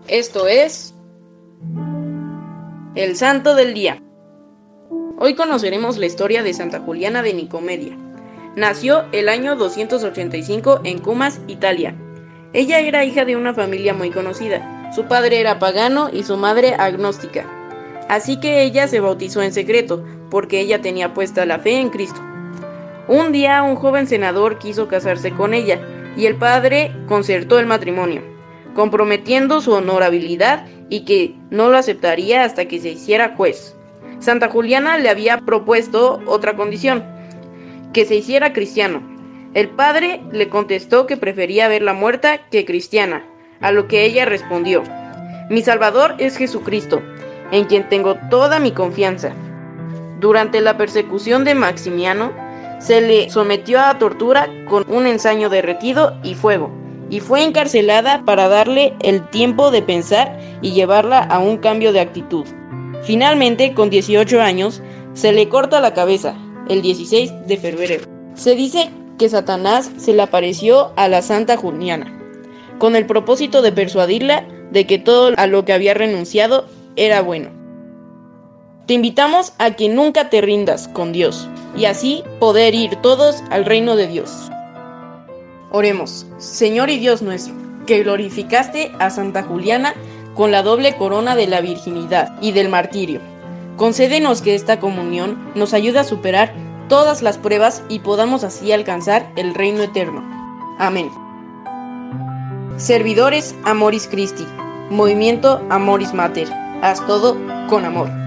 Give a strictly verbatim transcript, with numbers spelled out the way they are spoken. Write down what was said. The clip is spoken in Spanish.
Esto es el Santo del Día. Hoy conoceremos la historia de Santa Juliana de Nicomedia. Nació el año doscientos ochenta y cinco en Cumas, Italia. Ella era hija de una familia muy conocida. Su padre era pagano y su madre agnóstica. Así que ella se bautizó en secreto, porque ella tenía puesta la fe en Cristo. Un día un joven senador quiso casarse con ella, y el padre concertó el matrimonio, comprometiendo su honorabilidad y que no lo aceptaría hasta que se hiciera juez. Santa Juliana le había propuesto otra condición, que se hiciera cristiano. El padre le contestó que prefería verla muerta que cristiana, a lo que ella respondió: «Mi Salvador es Jesucristo, en quien tengo toda mi confianza». Durante la persecución de Maximiano, se le sometió a tortura con un ensaño derretido y fuego, y fue encarcelada para darle el tiempo de pensar y llevarla a un cambio de actitud. Finalmente, con dieciocho años, se le corta la cabeza, el dieciséis de febrero. Se dice que Satanás se le apareció a la Santa Juliana, con el propósito de persuadirla de que todo a lo que había renunciado era bueno. Te invitamos a que nunca te rindas con Dios, y así poder ir todos al reino de Dios. Oremos. Señor y Dios nuestro, que glorificaste a Santa Juliana con la doble corona de la virginidad y del martirio, concédenos que esta comunión nos ayude a superar todas las pruebas y podamos así alcanzar el reino eterno. Amén. Servidores Amoris Christi, Movimiento Amoris Mater, haz todo con amor.